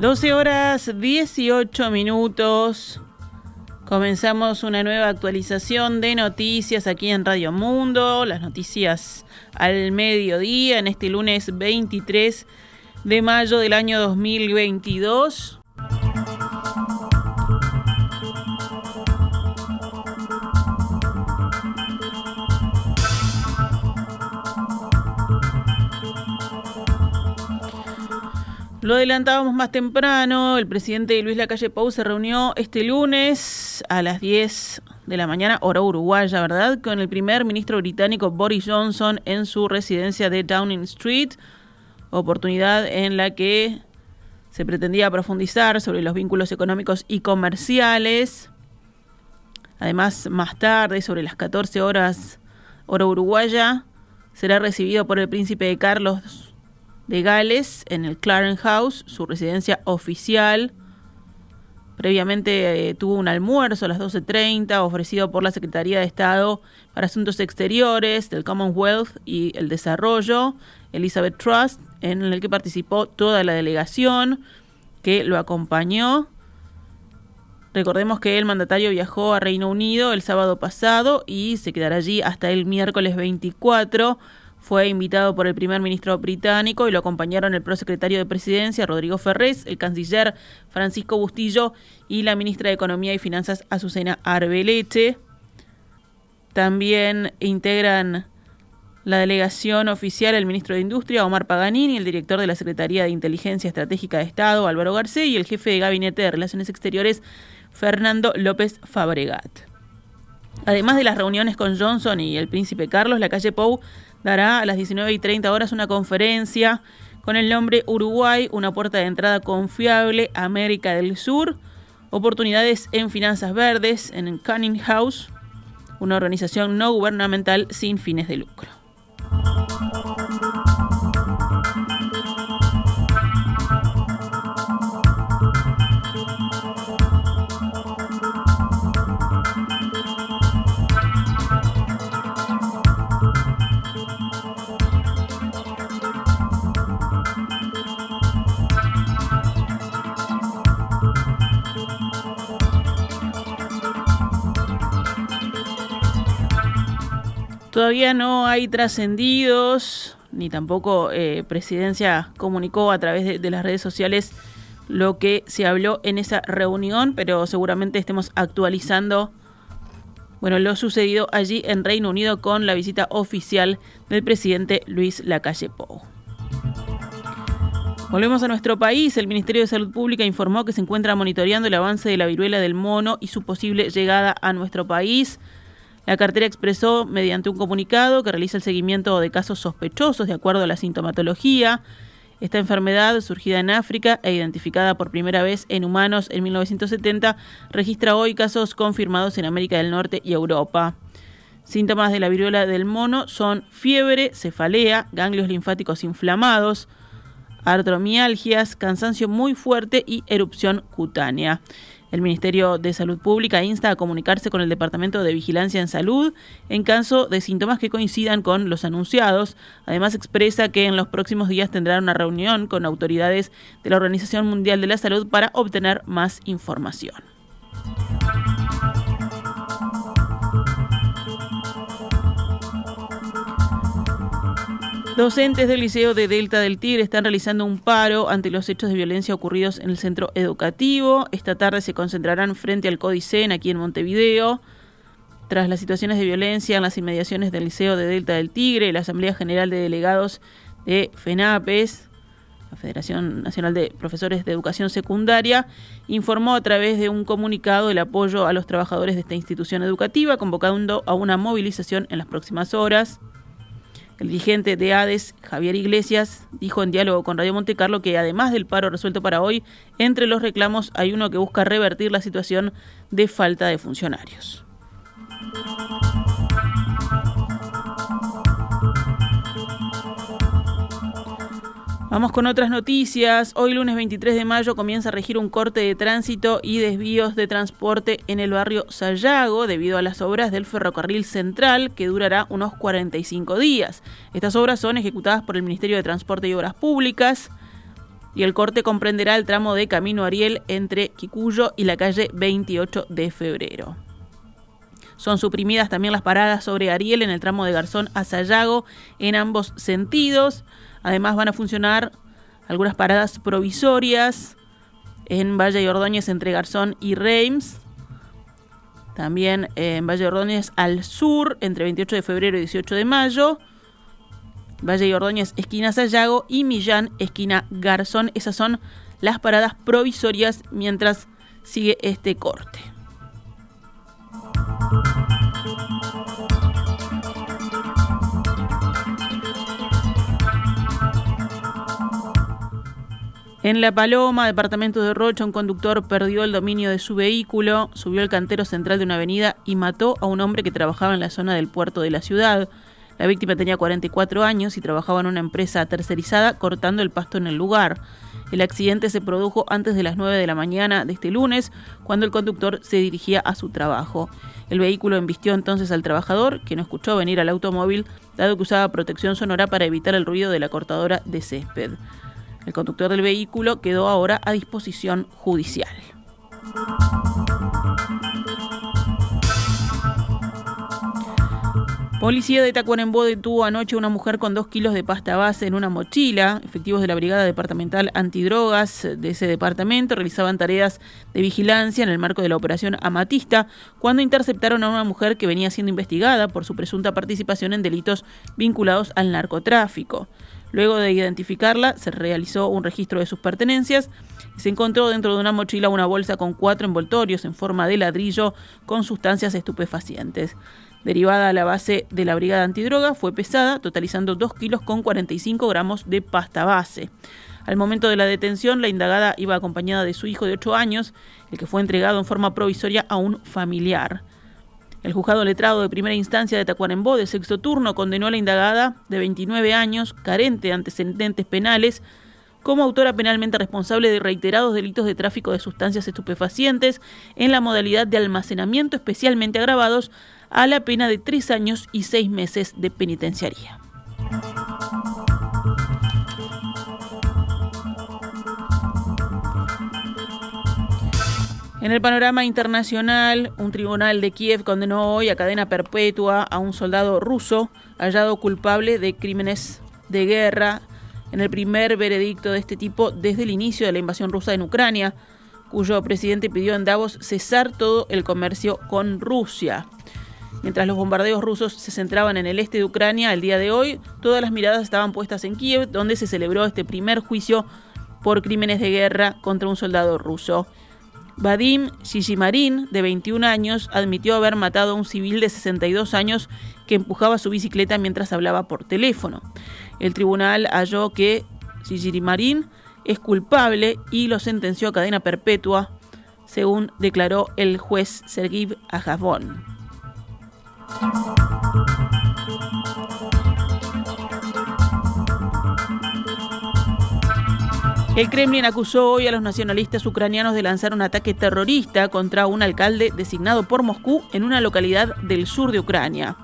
12:18. Comenzamos una nueva actualización de noticias aquí en Radio Mundo. Las noticias al mediodía en este lunes 23 de mayo del año 2022. Lo adelantábamos más temprano, el presidente Luis Lacalle Pou se reunió este lunes a las 10 de la mañana, hora uruguaya, ¿verdad?, con el primer ministro británico Boris Johnson en su residencia de Downing Street, oportunidad en la que se pretendía profundizar sobre los vínculos económicos y comerciales. Además, más tarde, sobre las 14 horas, hora uruguaya, será recibido por el príncipe Carlos de Gales en el Clarence House, su residencia oficial. Previamente tuvo un almuerzo a las 12:30 ofrecido por la Secretaría de Estado para Asuntos Exteriores del Commonwealth y el Desarrollo, Elizabeth Truss, en el que participó toda la delegación que lo acompañó. Recordemos que el mandatario viajó a Reino Unido el sábado pasado y se quedará allí hasta el miércoles 24. Fue invitado por el primer ministro británico y lo acompañaron el prosecretario de Presidencia, Rodrigo Ferrés, el canciller Francisco Bustillo y la ministra de Economía y Finanzas, Azucena Arbeleche. También integran la delegación oficial el ministro de Industria, Omar Paganini, el director de la Secretaría de Inteligencia Estratégica de Estado, Álvaro Garcés, y el jefe de Gabinete de Relaciones Exteriores, Fernando López Fabregat. Además de las reuniones con Johnson y el príncipe Carlos, Lacalle Pou dará a las 19:30 una conferencia con el nombre Uruguay, una puerta de entrada confiable a América del Sur, oportunidades en finanzas verdes, en Canning House, una organización no gubernamental sin fines de lucro. Todavía no hay trascendidos, ni tampoco Presidencia comunicó a través de las redes sociales lo que se habló en esa reunión, pero seguramente estemos actualizando lo sucedido allí en Reino Unido con la visita oficial del presidente Luis Lacalle Pou. Volvemos a nuestro país. El Ministerio de Salud Pública informó que se encuentra monitoreando el avance de la viruela del mono y su posible llegada a nuestro país. La cartera expresó mediante un comunicado que realiza el seguimiento de casos sospechosos de acuerdo a la sintomatología. Esta enfermedad, surgida en África e identificada por primera vez en humanos en 1970, registra hoy casos confirmados en América del Norte y Europa. Síntomas de la viruela del mono son fiebre, cefalea, ganglios linfáticos inflamados, artromialgias, cansancio muy fuerte y erupción cutánea. El Ministerio de Salud Pública insta a comunicarse con el Departamento de Vigilancia en Salud en caso de síntomas que coincidan con los anunciados. Además, expresa que en los próximos días tendrá una reunión con autoridades de la Organización Mundial de la Salud para obtener más información. Docentes del Liceo de Delta del Tigre están realizando un paro ante los hechos de violencia ocurridos en el centro educativo. Esta tarde se concentrarán frente al Codicen aquí en Montevideo. Tras las situaciones de violencia en las inmediaciones del Liceo de Delta del Tigre, la Asamblea General de Delegados de FENAPES, la Federación Nacional de Profesores de Educación Secundaria, informó a través de un comunicado el apoyo a los trabajadores de esta institución educativa, convocando a una movilización en las próximas horas. El dirigente de ADES, Javier Iglesias, dijo en diálogo con Radio Montecarlo que además del paro resuelto para hoy, entre los reclamos hay uno que busca revertir la situación de falta de funcionarios. Vamos con otras noticias. Hoy, lunes 23 de mayo, comienza a regir un corte de tránsito y desvíos de transporte en el barrio Sayago debido a las obras del ferrocarril central que durará unos 45 días. Estas obras son ejecutadas por el Ministerio de Transporte y Obras Públicas. y el corte comprenderá el tramo de Camino Ariel entre Quicuyo y la calle 28 de febrero. Son suprimidas también las paradas sobre Ariel en el tramo de Garzón a Sayago en ambos sentidos. Además van a funcionar algunas paradas provisorias en Valle y Ordóñez entre Garzón y Reims. También en Valle de Ordóñez al sur entre 28 de febrero y 18 de mayo. Valle y Ordóñez esquina Sayago y Millán esquina Garzón. Esas son las paradas provisorias mientras sigue este corte. En La Paloma, departamento de Rocha, un conductor perdió el dominio de su vehículo, subió al cantero central de una avenida y mató a un hombre que trabajaba en la zona del puerto de la ciudad. La víctima tenía 44 años y trabajaba en una empresa tercerizada cortando el pasto en el lugar. El accidente se produjo antes de las 9 de la mañana de este lunes, cuando el conductor se dirigía a su trabajo. El vehículo embistió entonces al trabajador, que no escuchó venir al automóvil, dado que usaba protección sonora para evitar el ruido de la cortadora de césped. El conductor del vehículo quedó ahora a disposición judicial. Policía de Tacuarembó detuvo anoche a una mujer con 2 kilos de pasta base en una mochila. Efectivos de la Brigada Departamental Antidrogas de ese departamento realizaban tareas de vigilancia en el marco de la Operación Amatista cuando interceptaron a una mujer que venía siendo investigada por su presunta participación en delitos vinculados al narcotráfico. Luego de identificarla, se realizó un registro de sus pertenencias y se encontró dentro de una mochila una bolsa con 4 envoltorios en forma de ladrillo con sustancias estupefacientes. Derivada a la base de la Brigada Antidroga, fue pesada, totalizando 2 kilos con 45 gramos de pasta base. Al momento de la detención, la indagada iba acompañada de su hijo de 8 años, el que fue entregado en forma provisoria a un familiar. El juzgado letrado de primera instancia de Tacuarembó, de sexto turno, condenó a la indagada de 29 años, carente de antecedentes penales, como autora penalmente responsable de reiterados delitos de tráfico de sustancias estupefacientes en la modalidad de almacenamiento especialmente agravados, a la pena de 3 años y 6 meses de penitenciaría. En el panorama internacional, un tribunal de Kiev condenó hoy a cadena perpetua a un soldado ruso hallado culpable de crímenes de guerra en el primer veredicto de este tipo desde el inicio de la invasión rusa en Ucrania, cuyo presidente pidió en Davos cesar todo el comercio con Rusia. Mientras los bombardeos rusos se centraban en el este de Ucrania, el día de hoy, todas las miradas estaban puestas en Kiev, donde se celebró este primer juicio por crímenes de guerra contra un soldado ruso. Vadim Shishimarin, de 21 años, admitió haber matado a un civil de 62 años que empujaba su bicicleta mientras hablaba por teléfono. El tribunal halló que Shishimarin es culpable y lo sentenció a cadena perpetua, según declaró el juez Sergiy Ajavon. El Kremlin acusó hoy a los nacionalistas ucranianos de lanzar un ataque terrorista contra un alcalde designado por Moscú en una localidad del sur de Ucrania.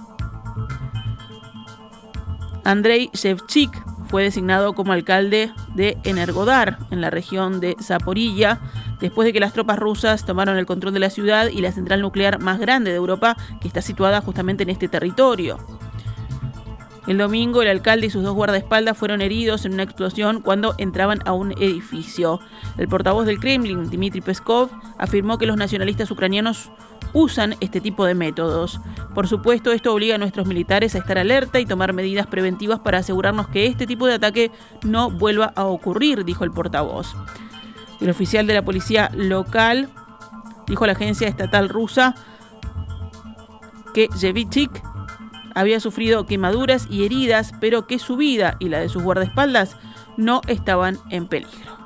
Andrei Shevchik fue designado como alcalde de Energodar, en la región de Zaporilla, después de que las tropas rusas tomaron el control de la ciudad y la central nuclear más grande de Europa, que está situada justamente en este territorio. El domingo, el alcalde y sus 2 guardaespaldas fueron heridos en una explosión cuando entraban a un edificio. El portavoz del Kremlin, Dmitry Peskov, afirmó que los nacionalistas ucranianos usan este tipo de métodos. Por supuesto, esto obliga a nuestros militares a estar alerta y tomar medidas preventivas para asegurarnos que este tipo de ataque no vuelva a ocurrir, dijo el portavoz. El oficial de la policía local dijo a la agencia estatal rusa que Shevchik había sufrido quemaduras y heridas, pero que su vida y la de sus guardaespaldas no estaban en peligro.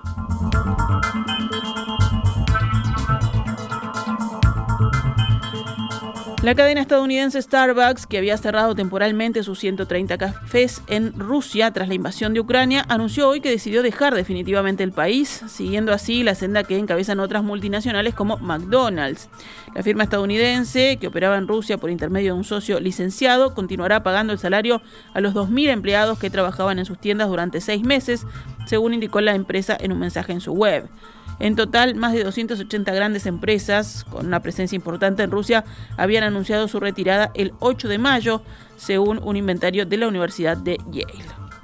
La cadena estadounidense Starbucks, que había cerrado temporalmente sus 130 cafés en Rusia tras la invasión de Ucrania, anunció hoy que decidió dejar definitivamente el país, siguiendo así la senda que encabezan otras multinacionales como McDonald's. La firma estadounidense, que operaba en Rusia por intermedio de un socio licenciado, continuará pagando el salario a los 2.000 empleados que trabajaban en sus tiendas durante 6 meses, según indicó la empresa en un mensaje en su web. En total, más de 280 grandes empresas con una presencia importante en Rusia habían anunciado su retirada el 8 de mayo, según un inventario de la Universidad de Yale.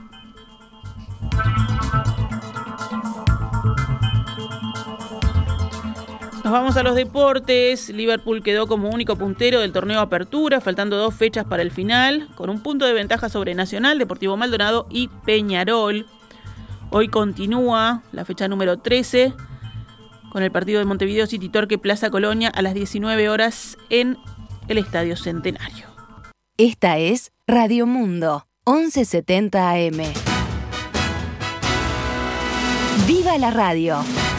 Nos vamos a los deportes. Liverpool quedó como único puntero del torneo Apertura, faltando 2 fechas para el final, con un punto de ventaja sobre Nacional, Deportivo Maldonado y Peñarol. Hoy continúa la fecha número 13, con el partido de Montevideo City Torque Plaza Colonia a las 19 horas en el Estadio Centenario. Esta es Radio Mundo, 1170 AM. ¡Viva la radio!